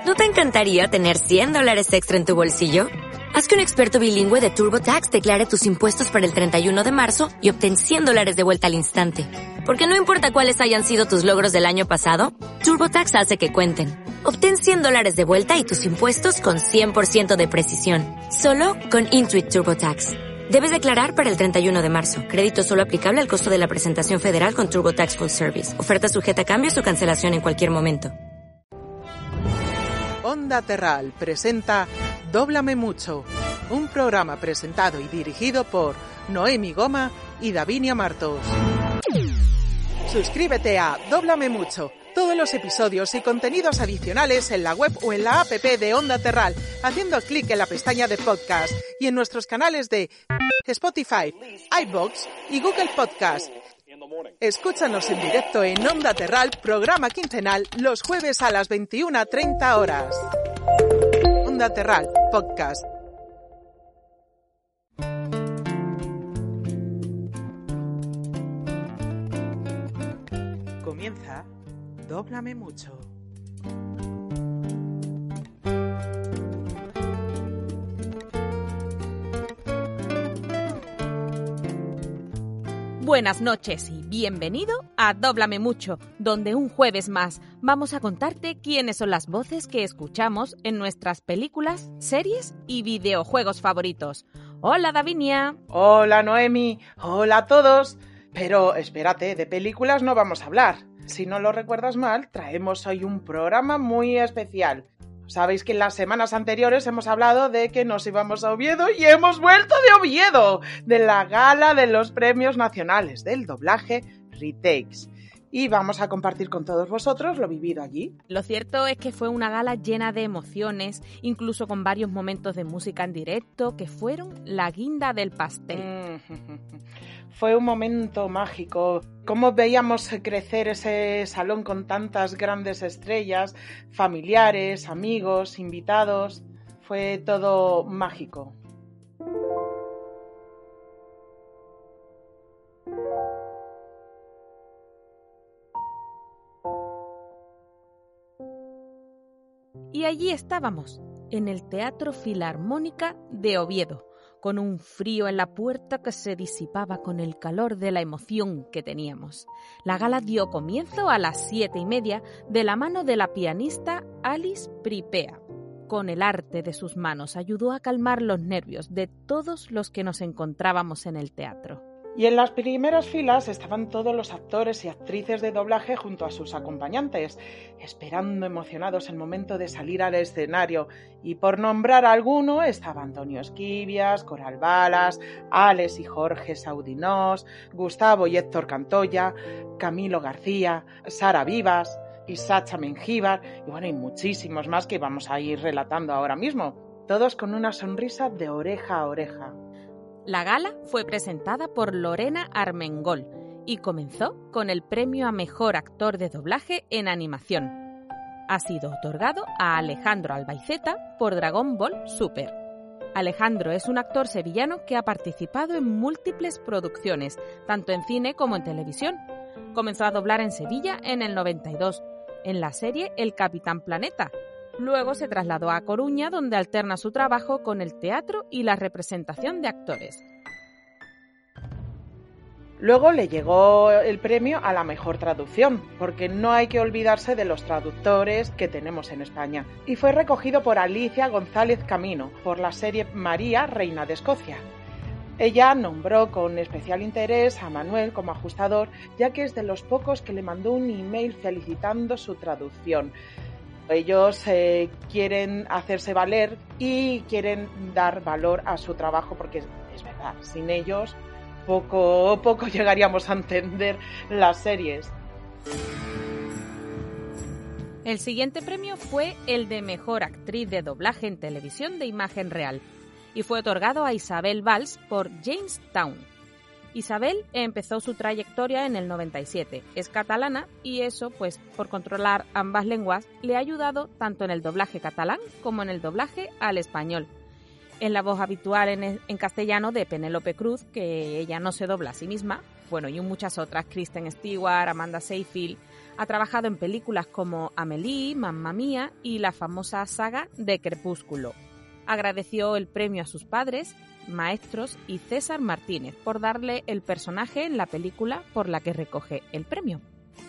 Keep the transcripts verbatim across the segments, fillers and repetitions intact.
¿No te encantaría tener cien dólares extra en tu bolsillo? Haz que un experto bilingüe de TurboTax declare tus impuestos para el treinta y uno de marzo y obtén cien dólares de vuelta al instante. Porque no importa cuáles hayan sido tus logros del año pasado, TurboTax hace que cuenten. Obtén cien dólares de vuelta y tus impuestos con cien por ciento de precisión. Solo con Intuit TurboTax. Debes declarar para el treinta y uno de marzo. Crédito solo aplicable al costo de la presentación federal con TurboTax Full Service. Oferta sujeta a cambios o cancelación en cualquier momento. Onda Terral presenta Dóblame Mucho, un programa presentado y dirigido por Noemi Goma y Davinia Martos. Suscríbete a Dóblame Mucho, todos los episodios y contenidos adicionales en la web o en la app de Onda Terral, haciendo clic en la pestaña de podcast y en nuestros canales de Spotify, iVoox y Google Podcast. Escúchanos en directo en Onda Terral, programa quincenal, los jueves a las veintiuna treinta horas. Onda Terral, podcast. Comienza Dóblame Mucho. Buenas noches y bienvenido a Dóblame Mucho, donde un jueves más vamos a contarte quiénes son las voces que escuchamos en nuestras películas, series y videojuegos favoritos. Hola Davinia. Hola Noemi. Hola a todos. Pero espérate, de películas no vamos a hablar. Si no lo recuerdas mal, traemos hoy un programa muy especial. Sabéis que en las semanas anteriores hemos hablado de que nos íbamos a Oviedo y hemos vuelto de Oviedo, de la gala de los premios nacionales del doblaje Retakes. Y vamos a compartir con todos vosotros lo vivido allí. Lo cierto es que fue una gala llena de emociones, incluso con varios momentos de música en directo que fueron la guinda del pastel. Fue un momento mágico. Cómo veíamos crecer ese salón con tantas grandes estrellas, familiares, amigos, invitados. Fue todo mágico. Y allí estábamos, en el Teatro Filarmónica de Oviedo, con un frío en la puerta que se disipaba con el calor de la emoción que teníamos. La gala dio comienzo a las siete y media de la mano de la pianista Alice Pripea. Con el arte de sus manos ayudó a calmar los nervios de todos los que nos encontrábamos en el teatro. Y en las primeras filas estaban todos los actores y actrices de doblaje junto a sus acompañantes, esperando emocionados el momento de salir al escenario. Y por nombrar a alguno estaba Antonio Esquivias, Coral Balas, Alex y Jorge Saudinós, Gustavo y Héctor Cantoya, Camilo García, Sara Vivas y Sacha Mengíbar, y bueno, y muchísimos más que vamos a ir relatando ahora mismo, todos con una sonrisa de oreja a oreja. La gala fue presentada por Lorena Armengol y comenzó con el premio a Mejor Actor de Doblaje en Animación. Ha sido otorgado a Alejandro Albaiceta por Dragon Ball Super. Alejandro es un actor sevillano que ha participado en múltiples producciones, tanto en cine como en televisión. Comenzó a doblar en Sevilla en el noventa y dos, en la serie El Capitán Planeta. Luego se trasladó a Coruña, donde alterna su trabajo con el teatro y la representación de actores. Luego le llegó el premio a la mejor traducción, porque no hay que olvidarse de los traductores que tenemos en España. Y fue recogido por Alicia González Camino, por la serie María, Reina de Escocia. Ella nombró con especial interés a Manuel como ajustador, ya que es de los pocos que le mandó un email felicitando su traducción. Ellos eh, quieren hacerse valer y quieren dar valor a su trabajo porque es, es verdad, sin ellos poco, poco llegaríamos a entender las series. El siguiente premio fue el de Mejor Actriz de Doblaje en Televisión de Imagen Real y fue otorgado a Isabel Valls por Jamestown. Isabel empezó su trayectoria en el noventa y siete, es catalana y eso, pues, por controlar ambas lenguas, le ha ayudado tanto en el doblaje catalán como en el doblaje al español. En la voz habitual en, en castellano de Penélope Cruz, que ella no se dobla a sí misma, bueno, y muchas otras, Kristen Stewart, Amanda Seyfried. Ha trabajado en películas como Amélie, Mamma Mía y la famosa saga de Crepúsculo. Agradeció el premio a sus padres, maestros y César Martínez por darle el personaje en la película por la que recoge el premio.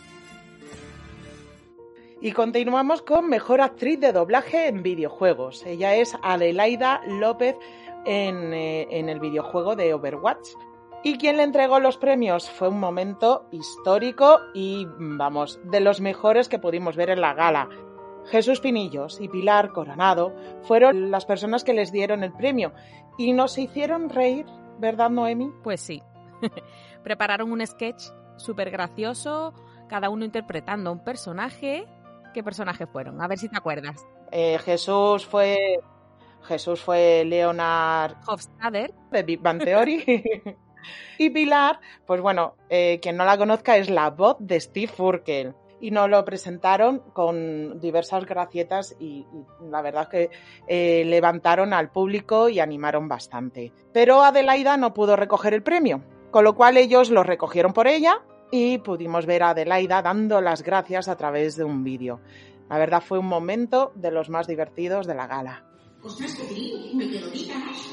Y continuamos con Mejor Actriz de Doblaje en Videojuegos. Ella es Adelaida López en, eh, en el videojuego de Overwatch. Y quien le entregó los premios fue un momento histórico y, vamos, de los mejores que pudimos ver en la gala. Jesús Pinillos y Pilar Coronado fueron las personas que les dieron el premio y nos hicieron reír, ¿verdad, Noemi? Pues sí. Prepararon un sketch súper gracioso, cada uno interpretando un personaje. ¿Qué personajes fueron? A ver si te acuerdas. Eh, Jesús fue Jesús fue Leonard Hofstadter de Big Bang Theory. Y Pilar, pues bueno, eh, quien no la conozca, es la voz de Steve Urkel. Y nos lo presentaron con diversas gracietas y, y la verdad es que eh, levantaron al público y animaron bastante. Pero Adelaida no pudo recoger el premio, con lo cual ellos lo recogieron por ella y pudimos ver a Adelaida dando las gracias a través de un vídeo. La verdad fue un momento de los más divertidos de la gala. ¡Ostras, qué frío! ¡Me quedo viva!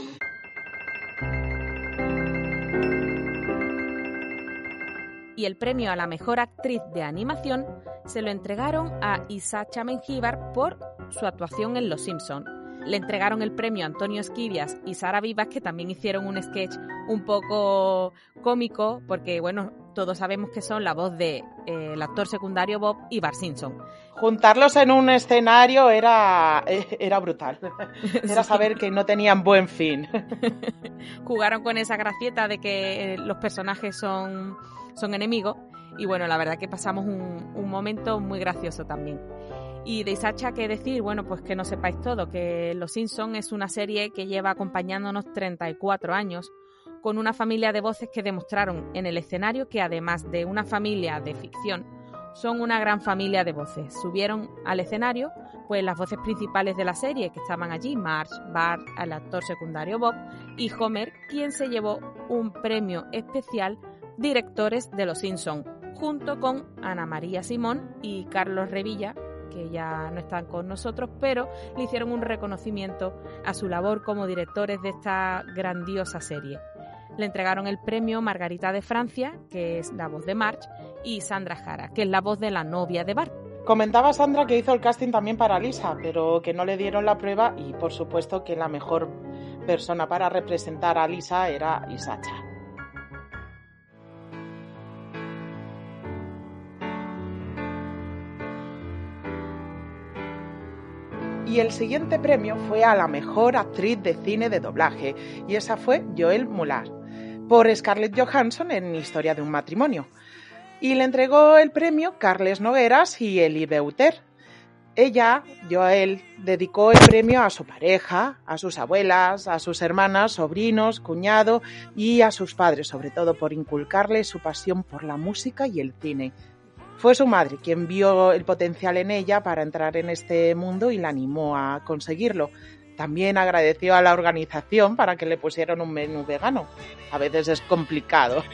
Y el premio a la mejor actriz de animación se lo entregaron a Isacha Mengíbar por su actuación en Los Simpson. Le entregaron el premio a Antonio Esquivias y Sara Vivas, que también hicieron un sketch un poco cómico, porque bueno, todos sabemos que son la voz de eh, el actor secundario Bob y Bart Simpson. Juntarlos en un escenario era, era brutal. Era saber que no tenían buen fin. Jugaron con esa gracieta de que los personajes son, son enemigos y bueno, la verdad que pasamos un, un momento muy gracioso también. Y de Isacha, ¿qué decir? Bueno, pues que no sepáis todo, que Los Simpson es una serie que lleva acompañándonos treinta y cuatro años, con una familia de voces que demostraron en el escenario que además de una familia de ficción, son una gran familia de voces. Subieron al escenario pues las voces principales de la serie que estaban allí, Marge, Bart, el actor secundario Bob y Homer, quien se llevó un premio especial Directores de Los Simpson, junto con Ana María Simón y Carlos Revilla, que ya no están con nosotros, pero le hicieron un reconocimiento a su labor como directores de esta grandiosa serie. Le entregaron el premio Margarita de Francia, que es la voz de Marge, y Sandra Jara, que es la voz de la novia de Bart. Comentaba Sandra que hizo el casting también para Lisa, pero que no le dieron la prueba y por supuesto que la mejor persona para representar a Lisa era Isacha. Y el siguiente premio fue a la mejor actriz de cine de doblaje, y esa fue Joelle Muller, por Scarlett Johansson en Historia de un matrimonio. Y le entregó el premio Carles Nogueras y Eli Beuter. Ella, Joelle, dedicó el premio a su pareja, a sus abuelas, a sus hermanas, sobrinos, cuñado y a sus padres, sobre todo por inculcarle su pasión por la música y el cine. Fue su madre quien vio el potencial en ella para entrar en este mundo y la animó a conseguirlo. También agradeció a la organización para que le pusieran un menú vegano. A veces es complicado.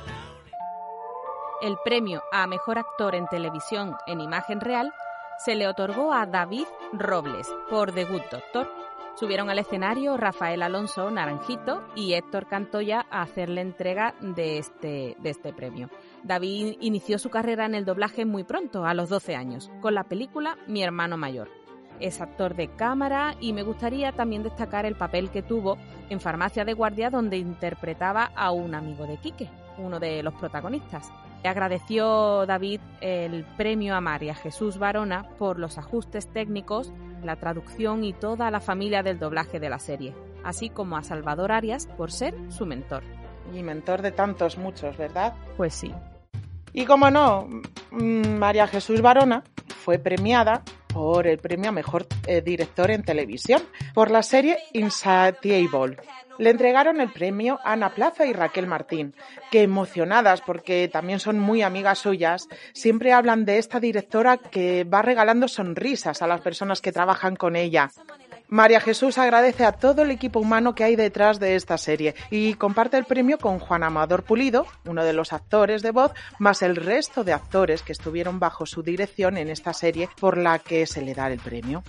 El premio a Mejor Actor en Televisión en Imagen Real se le otorgó a David Robles por The Good Doctor. Subieron al escenario Rafael Alonso Naranjito y Héctor Cantoya a hacerle entrega de este, de este premio. David inició su carrera en el doblaje muy pronto, a los doce años, con la película Mi hermano mayor. Es actor de cámara y me gustaría también destacar el papel que tuvo en Farmacia de Guardia, donde interpretaba a un amigo de Quique, uno de los protagonistas. Le agradeció David el premio a María Jesús Barona por los ajustes técnicos, la traducción y toda la familia del doblaje de la serie, así como a Salvador Arias por ser su mentor. Y mentor de tantos, muchos, ¿verdad? Pues sí. Y como no, María Jesús Barona fue premiada por el premio a Mejor eh, Director en Televisión por la serie Insatiable. Le entregaron el premio a Ana Plaza y Raquel Martín, que emocionadas porque también son muy amigas suyas, siempre hablan de esta directora que va regalando sonrisas a las personas que trabajan con ella. María Jesús agradece a todo el equipo humano que hay detrás de esta serie y comparte el premio con Juan Amador Pulido, uno de los actores de voz, más el resto de actores que estuvieron bajo su dirección en esta serie por la que se le da el premio.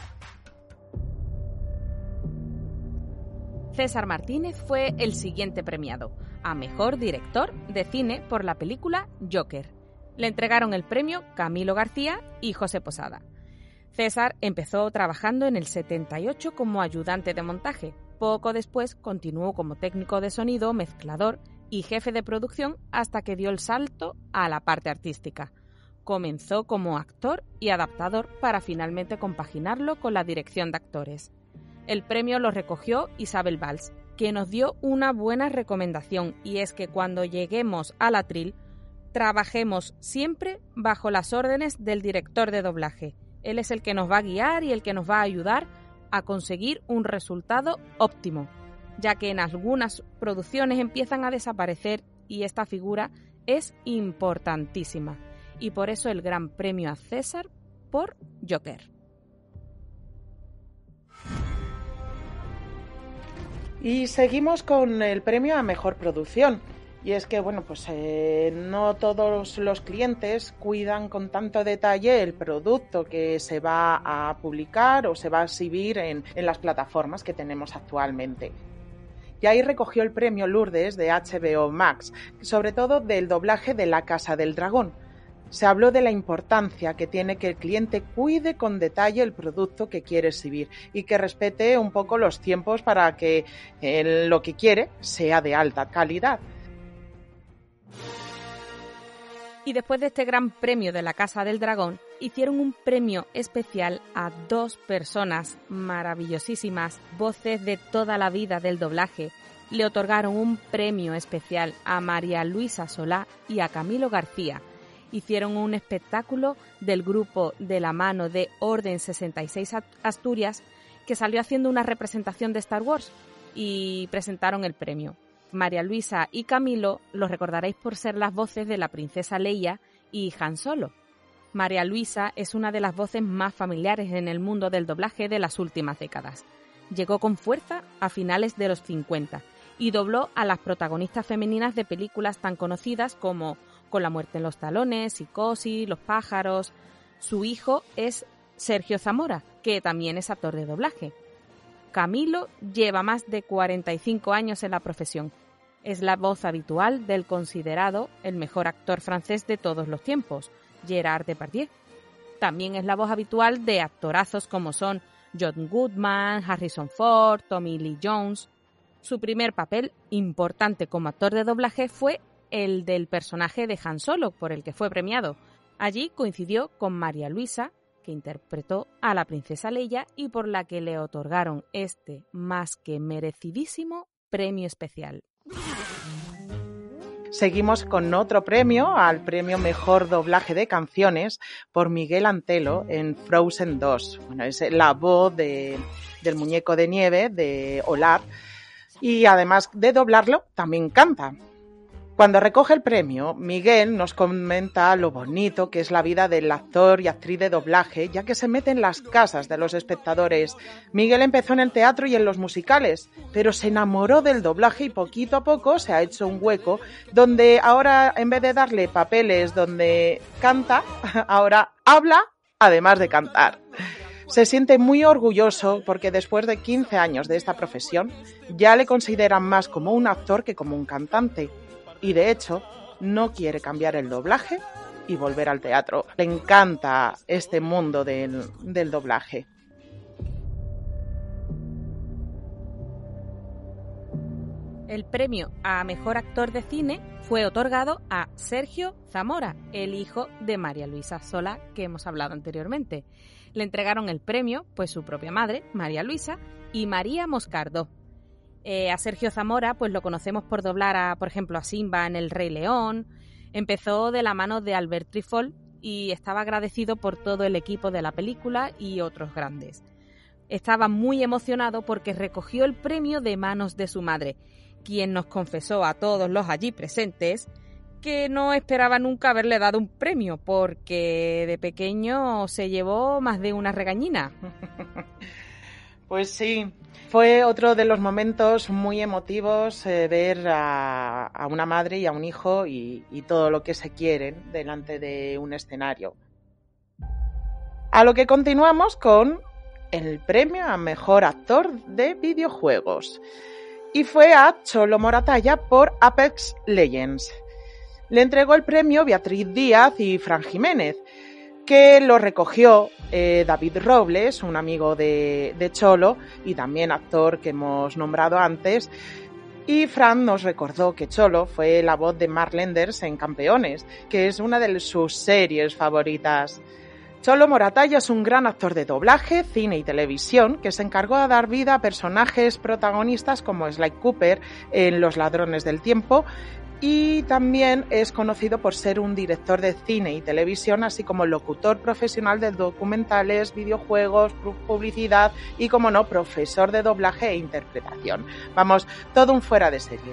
César Martínez fue el siguiente premiado, a Mejor Director de Cine por la película Joker. Le entregaron el premio Camilo García y José Posada. César empezó trabajando en el setenta y ocho como ayudante de montaje. Poco después continuó como técnico de sonido, mezclador y jefe de producción hasta que dio el salto a la parte artística. Comenzó como actor y adaptador para finalmente compaginarlo con la dirección de actores. El premio lo recogió Isabel Valls, que nos dio una buena recomendación, y es que cuando lleguemos al atril, trabajemos siempre bajo las órdenes del director de doblaje. Él es el que nos va a guiar y el que nos va a ayudar a conseguir un resultado óptimo, ya que en algunas producciones empiezan a desaparecer y esta figura es importantísima. Y por eso el gran premio a César por Joker. Y seguimos con el premio a Mejor Producción. Y es que, bueno, pues eh, no todos los clientes cuidan con tanto detalle el producto que se va a publicar o se va a exhibir en, en las plataformas que tenemos actualmente. Y ahí recogió el premio Lourdes de H B O Max, sobre todo del doblaje de La Casa del Dragón. Se habló de la importancia que tiene que el cliente cuide con detalle el producto que quiere exhibir y que respete un poco los tiempos para que eh, lo que quiere sea de alta calidad. Y después de este gran premio de La Casa del Dragón, hicieron un premio especial a dos personas maravillosísimas, voces de toda la vida del doblaje. Le otorgaron un premio especial a María Luisa Solá y a Camilo García. Hicieron un espectáculo del grupo de la mano de Orden sesenta y seis Asturias, que salió haciendo una representación de Star Wars, y presentaron el premio. María Luisa y Camilo los recordaréis por ser las voces de la princesa Leia y Han Solo. María Luisa es una de las voces más familiares en el mundo del doblaje de las últimas décadas. Llegó con fuerza a finales de los cincuenta y dobló a las protagonistas femeninas de películas tan conocidas como Con la muerte en los talones, Psicosis, Los pájaros. Su hijo es Sergio Zamora, que también es actor de doblaje. Camilo lleva más de cuarenta y cinco años en la profesión. Es la voz habitual del considerado el mejor actor francés de todos los tiempos, Gérard Depardieu. También es la voz habitual de actorazos como son John Goodman, Harrison Ford, Tommy Lee Jones. Su primer papel importante como actor de doblaje fue el del personaje de Han Solo, por el que fue premiado. Allí coincidió con María Luisa, que interpretó a la princesa Leia y por la que le otorgaron este más que merecidísimo premio especial. Seguimos con otro premio, al premio Mejor Doblaje de Canciones por Miguel Antelo en Frozen dos. Bueno, es la voz de, del muñeco de nieve de Olaf y además de doblarlo también canta. Cuando recoge el premio, Miguel nos comenta lo bonito que es la vida del actor y actriz de doblaje, ya que se mete en las casas de los espectadores. Miguel empezó en el teatro y en los musicales, pero se enamoró del doblaje y poquito a poco se ha hecho un hueco donde ahora, en vez de darle papeles donde canta, ahora habla además de cantar. Se siente muy orgulloso porque después de quince años de esta profesión ya le consideran más como un actor que como un cantante. Y de hecho, no quiere cambiar el doblaje y volver al teatro. Le encanta este mundo del, del doblaje. El premio a Mejor Actor de Cine fue otorgado a Sergio Zamora, el hijo de María Luisa Solá, que hemos hablado anteriormente. Le entregaron el premio, pues su propia madre, María Luisa, y María Moscardó. Eh, a Sergio Zamora pues lo conocemos por doblar, a, por ejemplo, a Simba en El Rey León. Empezó de la mano de Albert Trifol y estaba agradecido por todo el equipo de la película y otros grandes. Estaba muy emocionado porque recogió el premio de manos de su madre, quien nos confesó a todos los allí presentes que no esperaba nunca haberle dado un premio porque de pequeño se llevó más de una regañina. Pues sí, fue otro de los momentos muy emotivos eh, ver a, a una madre y a un hijo y, y todo lo que se quieren delante de un escenario. A lo que continuamos con el premio a Mejor Actor de Videojuegos. Y fue a Cholo Moratalla por Apex Legends. Le entregó el premio Beatriz Díaz y Fran Jiménez, que lo recogió eh, David Robles, un amigo de, de Cholo y también actor que hemos nombrado antes. Y Fran nos recordó que Cholo fue la voz de Mark Lenders en Campeones, que es una de sus series favoritas. Cholo Moratalla es un gran actor de doblaje, cine y televisión que se encargó de dar vida a personajes protagonistas como Sly Cooper en Los Ladrones del Tiempo, y también es conocido por ser un director de cine y televisión, así como locutor profesional de documentales, videojuegos, publicidad y, como no, profesor de doblaje e interpretación. Vamos, todo un fuera de serie.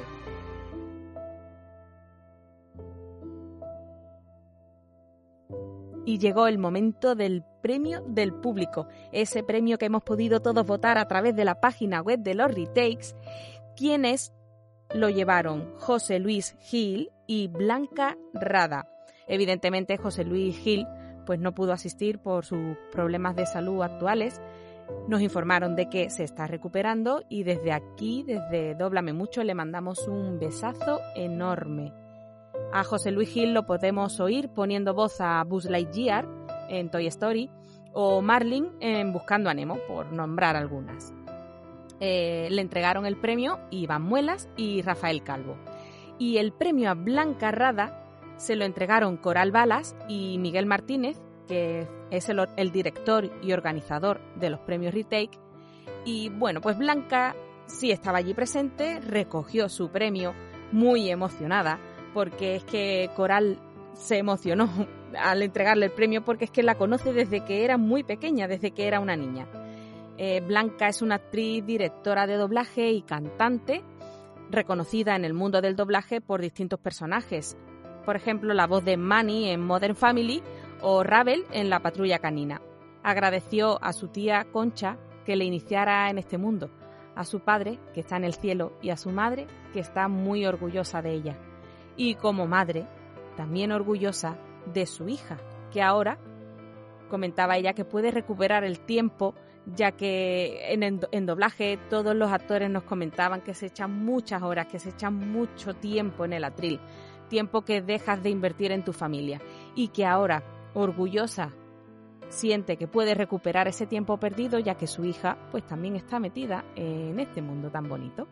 Y llegó el momento del premio del público, ese premio que hemos podido todos votar a través de la página web de los retakes, quienes lo llevaron José Luis Gil y Blanca Rada. Evidentemente José Luis Gil pues no pudo asistir por sus problemas de salud actuales. Nos informaron de que se está recuperando y desde aquí, desde Dóblame Mucho, le mandamos un besazo enorme. A José Luis Gil lo podemos oír poniendo voz a Buzz Lightyear en Toy Story o Marlin en Buscando a Nemo, por nombrar algunas. Eh, le entregaron el premio Iván Muelas y Rafael Calvo. Y el premio a Blanca Rada se lo entregaron Coral Balas y Miguel Martínez, que es el, el director y organizador de los premios Retake. Y bueno, pues Blanca sí estaba allí presente, recogió su premio muy emocionada, porque es que Coral se emocionó al entregarle el premio porque es que la conoce desde que era muy pequeña, desde que era una niña. Eh, Blanca es una actriz, directora de doblaje y cantante, reconocida en el mundo del doblaje por distintos personajes. Por ejemplo, la voz de Manny en Modern Family o Rabel en La Patrulla Canina. Agradeció a su tía Concha que le iniciara en este mundo, a su padre, que está en el cielo, y a su madre, que está muy orgullosa de ella. Y como madre, también orgullosa de su hija, que ahora, comentaba ella, que puede recuperar el tiempo, ya que en, en doblaje todos los actores nos comentaban que se echan muchas horas, que se echan mucho tiempo en el atril, tiempo que dejas de invertir en tu familia, y que ahora, orgullosa, siente que puede recuperar ese tiempo perdido, ya que su hija pues también está metida en este mundo tan bonito.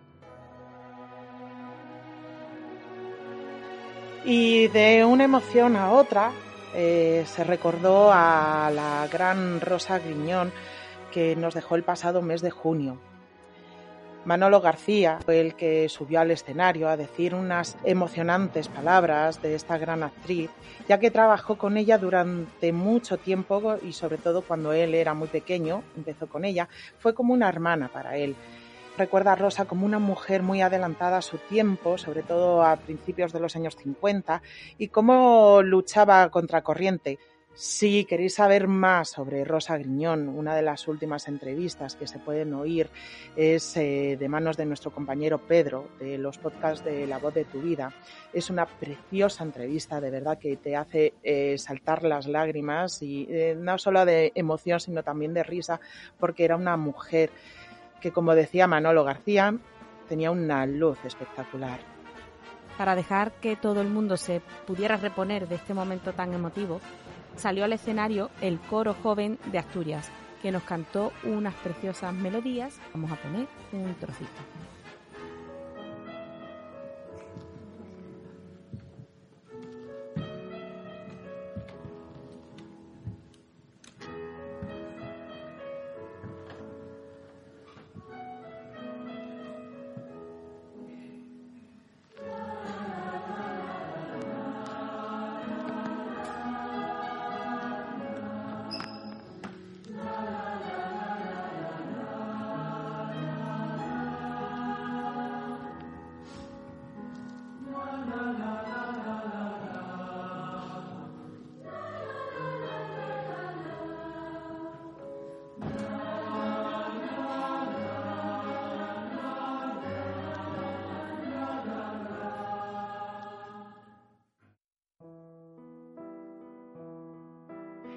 Y de una emoción a otra, eh, se recordó a la gran Rosa Griñón, que nos dejó el pasado mes de junio. Manolo García fue el que subió al escenario a decir unas emocionantes palabras de esta gran actriz, ya que trabajó con ella durante mucho tiempo y sobre todo cuando él era muy pequeño, empezó con ella, fue como una hermana para él. Recuerda a Rosa como una mujer muy adelantada a su tiempo, sobre todo a principios de los años cincuenta, y cómo luchaba contracorriente. Si queréis saber más sobre Rosa Griñón, una de las últimas entrevistas que se pueden oír es eh, de manos de nuestro compañero Pedro, de los podcasts de La Voz de tu Vida. Es una preciosa entrevista, de verdad, que te hace eh, saltar las lágrimas, y eh, no solo de emoción, sino también de risa, porque era una mujer que, como decía Manolo García, tenía una luz espectacular. Para dejar que todo el mundo se pudiera reponer de este momento tan emotivo, salió al escenario el coro joven de Asturias, que nos cantó unas preciosas melodías. Vamos a poner un trocito.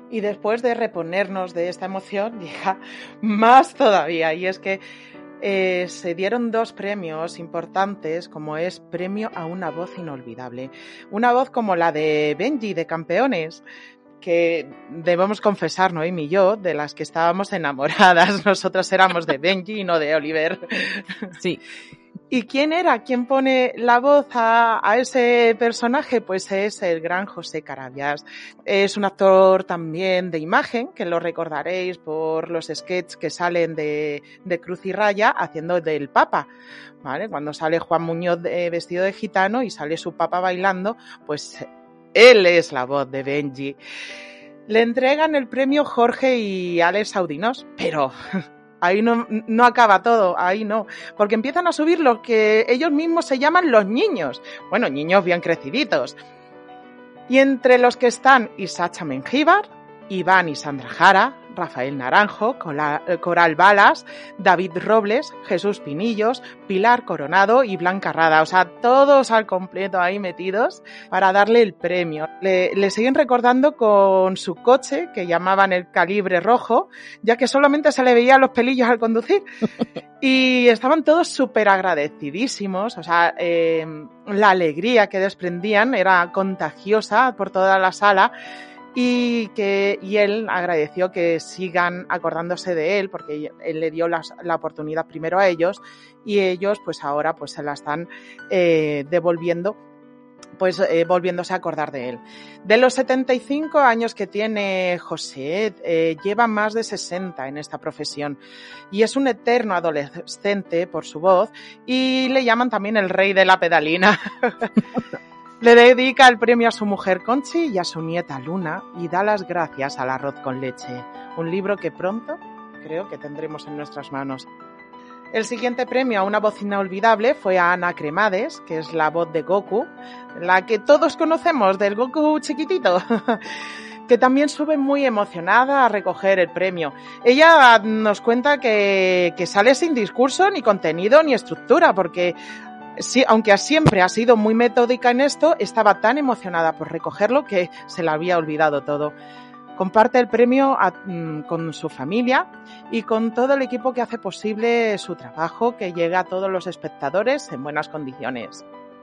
Y después de reponernos de esta emoción, llega más todavía, y es que eh, se dieron dos premios importantes, como es premio a una voz inolvidable. Una voz como la de Benji de Campeones, que debemos confesar, Noemi y yo, de las que estábamos enamoradas. Nosotros éramos de Benji y no de Oliver. Sí. ¿Y quién era? ¿Quién pone la voz a, a ese personaje? Pues es el gran José Carabias. Es un actor también de imagen, que lo recordaréis por los sketches que salen de, de Cruz y Raya haciendo del Papa, ¿vale? Cuando sale Juan Muñoz de, vestido de gitano y sale su Papa bailando, pues él es la voz de Benji. Le entregan el premio Jorge y Alex Audinos, pero ahí no, no acaba todo, ahí no, porque empiezan a subir lo que ellos mismos se llaman los niños, bueno, niños bien creciditos, y entre los que están Isacha Mengíbar, Iván y Sandra Jara, Rafael Naranjo, Coral Balas, David Robles, Jesús Pinillos, Pilar Coronado y Blanca Rada. O sea, todos al completo ahí metidos para darle el premio. Le, le siguen recordando con su coche, que llamaban el Calibre Rojo, ya que solamente se le veían los pelillos al conducir. Y estaban todos súper agradecidísimos. O sea, eh, la alegría que desprendían era contagiosa por toda la sala. Y que y él agradeció que sigan acordándose de él, porque él le dio la, la oportunidad primero a ellos, y ellos pues ahora pues se la están eh, devolviendo, pues eh, volviéndose a acordar de él. De los setenta y cinco años que tiene José, eh, lleva más de sesenta en esta profesión, y es un eterno adolescente por su voz, y le llaman también el rey de la pedalina. Le dedica el premio a su mujer Conchi y a su nieta Luna, y da las gracias al arroz con leche, un libro que pronto creo que tendremos en nuestras manos. El siguiente premio a una voz inolvidable fue a Ana Cremades, que es la voz de Goku, la que todos conocemos del Goku chiquitito, que también sube muy emocionada a recoger el premio. Ella nos cuenta que, que sale sin discurso, ni contenido, ni estructura, porque sí, aunque siempre ha sido muy metódica en esto, estaba tan emocionada por recogerlo que se le había olvidado todo. Comparte el premio a, con su familia y con todo el equipo que hace posible su trabajo, que llega a todos los espectadores en buenas condiciones.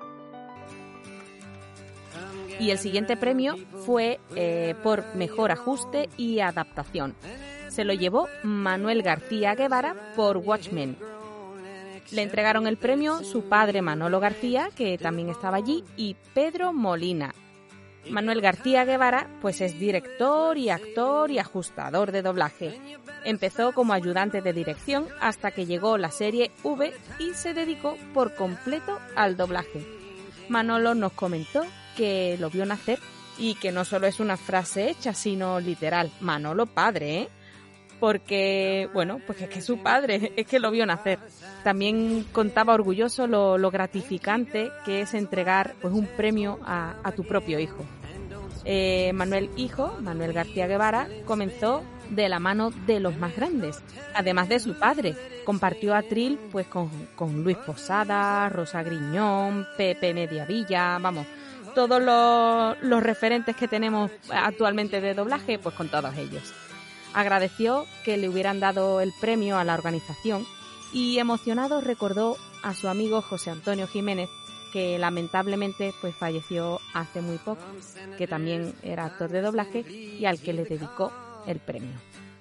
Y el siguiente premio fue eh, por mejor ajuste y adaptación. Se lo llevó Manuel García Guevara por Watchmen. Le entregaron el premio su padre Manolo García, que también estaba allí, y Pedro Molina. Manuel García Guevara pues es director y actor y ajustador de doblaje. Empezó como ayudante de dirección hasta que llegó la serie V y se dedicó por completo al doblaje. Manolo nos comentó que lo vio nacer y que no solo es una frase hecha, sino literal. Manolo padre, ¿eh? Porque, bueno, pues es que es su padre, es que lo vio nacer. También contaba orgulloso lo, lo gratificante que es entregar pues un premio a, a tu propio hijo. Eh, Manuel Hijo, Manuel García Guevara, comenzó de la mano de los más grandes, además de su padre. Compartió atril pues con, con Luis Posada, Rosa Griñón, Pepe Mediavilla, vamos, todos los, los referentes que tenemos actualmente de doblaje, pues con todos ellos. Agradeció que le hubieran dado el premio a la organización y emocionado recordó a su amigo José Antonio Jiménez, que lamentablemente pues falleció hace muy poco, que también era actor de doblaje y al que le dedicó el premio.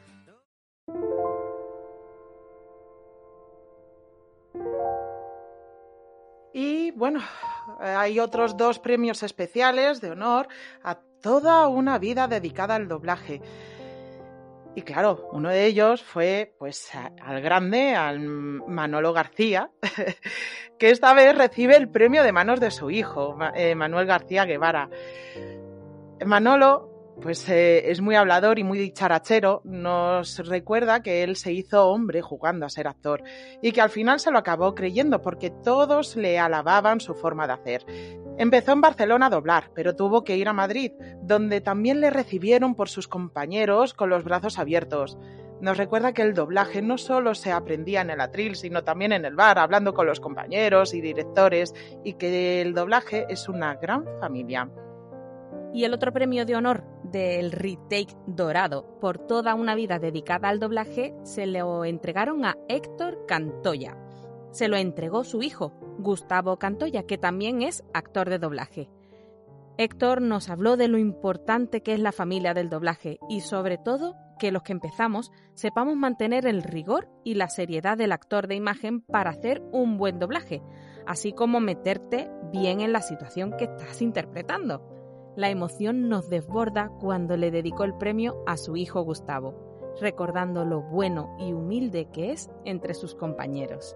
Y bueno, hay otros dos premios especiales de honor a toda una vida dedicada al doblaje. Y claro, uno de ellos fue pues al grande, al Manolo García, que esta vez recibe el premio de manos de su hijo, eh, Manuel García Guevara. Manolo pues eh, es muy hablador y muy dicharachero, nos recuerda que él se hizo hombre jugando a ser actor y que al final se lo acabó creyendo porque todos le alababan su forma de hacer. Empezó en Barcelona a doblar, pero tuvo que ir a Madrid, donde también le recibieron por sus compañeros con los brazos abiertos. Nos recuerda que el doblaje no solo se aprendía en el atril, sino también en el bar, hablando con los compañeros y directores, y que el doblaje es una gran familia. Y el otro premio de honor del retake dorado por toda una vida dedicada al doblaje se lo entregaron a Héctor Cantoya. Se lo entregó su hijo, Gustavo Cantoya, que también es actor de doblaje. Héctor nos habló de lo importante que es la familia del doblaje y sobre todo que los que empezamos sepamos mantener el rigor y la seriedad del actor de imagen para hacer un buen doblaje, así como meterte bien en la situación que estás interpretando. La emoción nos desborda cuando le dedicó el premio a su hijo Gustavo, recordando lo bueno y humilde que es entre sus compañeros.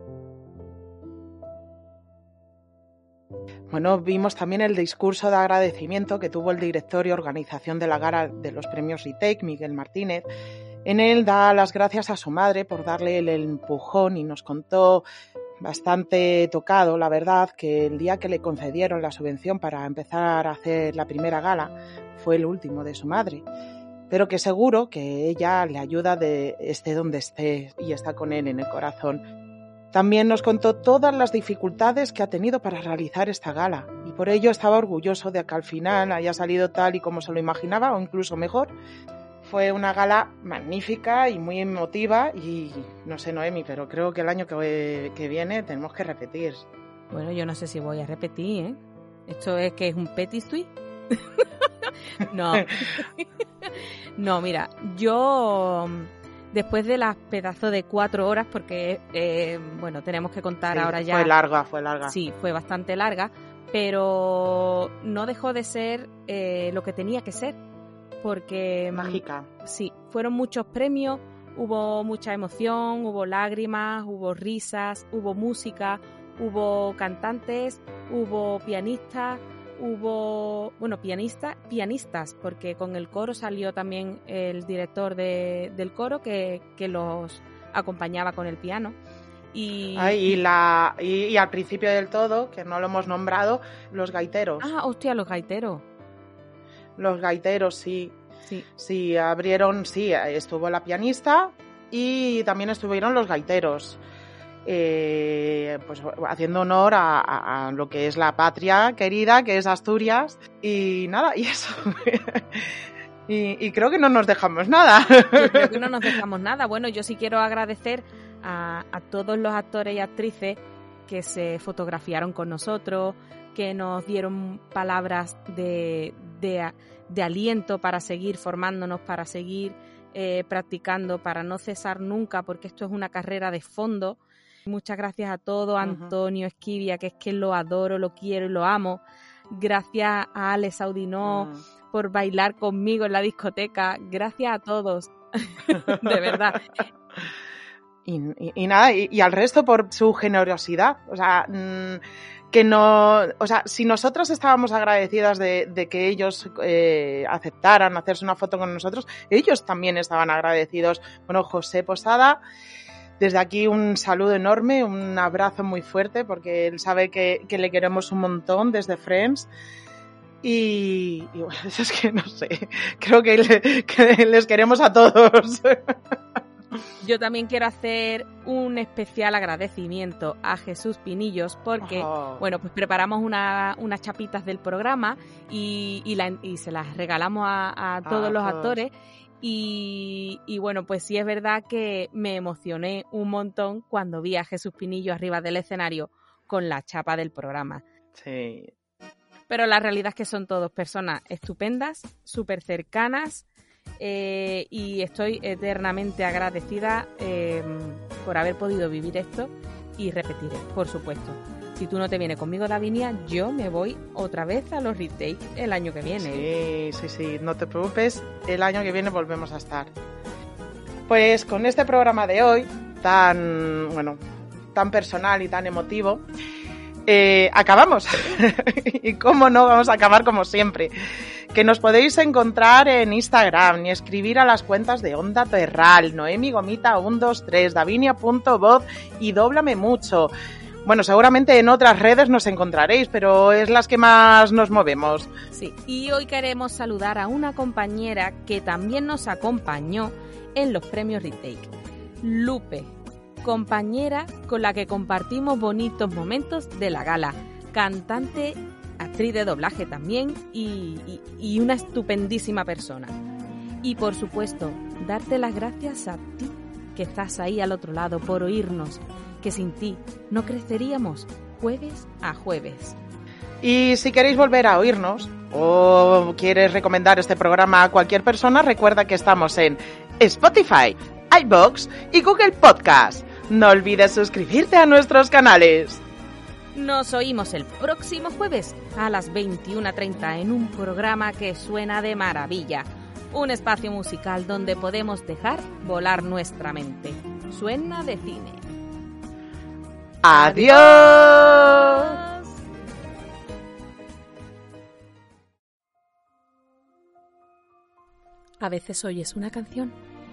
Bueno, vimos también el discurso de agradecimiento que tuvo el director y organización de la gala de los premios Retake, Miguel Martínez. En él da las gracias a su madre por darle el empujón y nos contó, bastante tocado, la verdad, que el día que le concedieron la subvención para empezar a hacer la primera gala fue el último de su madre, pero que seguro que ella le ayuda de esté donde esté y está con él en el corazón. También nos contó todas las dificultades que ha tenido para realizar esta gala y por ello estaba orgulloso de que al final haya salido tal y como se lo imaginaba o incluso mejor. Fue una gala magnífica y muy emotiva y no sé, Noemi, pero creo que el año que, que viene tenemos que repetir. Bueno, yo no sé si voy a repetir, ¿eh? ¿Esto es que es un petit suite? No. No, mira, yo... Después de las pedazos de cuatro horas, porque, eh, bueno, tenemos que contar sí, ahora ya... Fue larga, fue larga. Sí, fue bastante larga, pero no dejó de ser eh, lo que tenía que ser, porque... Mágica. Sí, fueron muchos premios, hubo mucha emoción, hubo lágrimas, hubo risas, hubo música, hubo cantantes, hubo pianistas... Hubo, bueno, pianistas, pianistas, porque con el coro salió también el director de, del coro que, que los acompañaba con el piano. Y, Ay, y, la, y, y al principio del todo, que no lo hemos nombrado, los gaiteros. Ah, hostia, los gaiteros. Los gaiteros, sí. Sí. Sí, abrieron, sí, estuvo la pianista y también estuvieron los gaiteros. Eh, pues haciendo honor a, a, a lo que es la patria querida, que es Asturias, y nada, y eso. y, y creo que no nos dejamos nada. Yo creo que no nos dejamos nada. Bueno, yo sí quiero agradecer a, a todos los actores y actrices que se fotografiaron con nosotros, que nos dieron palabras de, de, de aliento para seguir formándonos, para seguir eh, practicando, para no cesar nunca, porque esto es una carrera de fondo. Muchas gracias a todos, a Antonio Esquivia, que es que lo adoro, lo quiero y lo amo. Gracias a Alex Audinó uh. por bailar conmigo en la discoteca. Gracias a todos, de verdad. Y, y, y nada, y, y al resto por su generosidad. O sea, mmm, que no, o sea, si nosotros estábamos agradecidas de, de que ellos eh, aceptaran hacerse una foto con nosotros, ellos también estaban agradecidos. Bueno, José Posada, desde aquí un saludo enorme, un abrazo muy fuerte, porque él sabe que, que le queremos un montón desde Friends. Y, y bueno, es que no sé, creo que, le, que les queremos a todos. Yo también quiero hacer un especial agradecimiento a Jesús Pinillos porque, oh. bueno, pues preparamos una, unas chapitas del programa y, y, la, y se las regalamos a, a todos ah, los todos. actores. Y, y bueno, pues sí es verdad que me emocioné un montón cuando vi a Jesús Pinillo arriba del escenario con la chapa del programa. Sí. Pero la realidad es que son todos personas estupendas, súper cercanas eh, y estoy eternamente agradecida eh, por haber podido vivir esto y repetiré, por supuesto. Si tú no te vienes conmigo, Davinia, yo me voy otra vez a los retakes el año que viene. Sí, sí, sí, no te preocupes, el año que viene volvemos a estar. Pues con este programa de hoy, tan, bueno, tan personal y tan emotivo, eh, acabamos. Y cómo no, vamos a acabar como siempre. Que nos podéis encontrar en Instagram y escribir a las cuentas de Onda Perral, Noemi Gomita uno dos tres, davinia punto voz y Dóblame Mucho. Bueno, seguramente en otras redes nos encontraréis, pero es las que más nos movemos. Sí, y hoy queremos saludar a una compañera que también nos acompañó en los premios Retake. Lupe, compañera con la que compartimos bonitos momentos de la gala, cantante, actriz de doblaje también y, y, y una estupendísima persona. Y por supuesto, darte las gracias a ti, que estás ahí al otro lado por oírnos, que sin ti no creceríamos jueves a jueves. Y si queréis volver a oírnos o quieres recomendar este programa a cualquier persona, recuerda que estamos en Spotify, iVoox y Google Podcast. No olvides suscribirte a nuestros canales. Nos oímos el próximo jueves a las veintiuna treinta en un programa que suena de maravilla. Un espacio musical donde podemos dejar volar nuestra mente. Suena de cine. ¡Adiós! A veces oyes una canción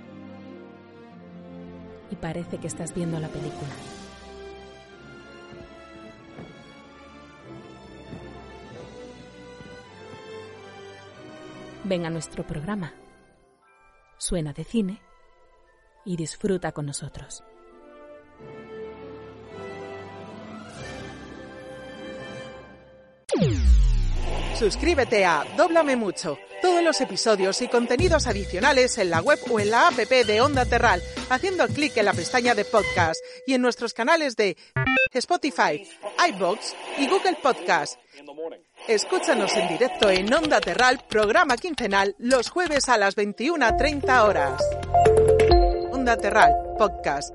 y parece que estás viendo la película. Ven a nuestro programa, Suena de Cine, y disfruta con nosotros. Suscríbete a Dóblame Mucho. Todos los episodios y contenidos adicionales en la web o en la app de Onda Terral, haciendo clic en la pestaña de podcast y en nuestros canales de Spotify, iVoox y Google Podcast. Escúchanos en directo en Onda Terral, programa quincenal, los jueves a las veintiuna treinta horas. Onda Terral, podcast.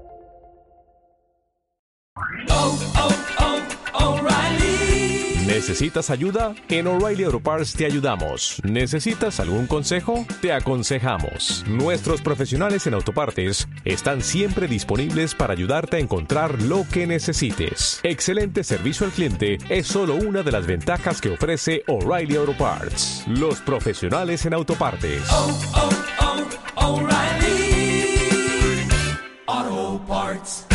Oh, oh, oh, O'Reilly. ¿Necesitas ayuda? En O'Reilly Auto Parts te ayudamos. ¿Necesitas algún consejo? Te aconsejamos. Nuestros profesionales en autopartes están siempre disponibles para ayudarte a encontrar lo que necesites. Excelente servicio al cliente es solo una de las ventajas que ofrece O'Reilly Auto Parts. Los profesionales en autopartes. Oh, oh, oh, O'Reilly Auto Parts.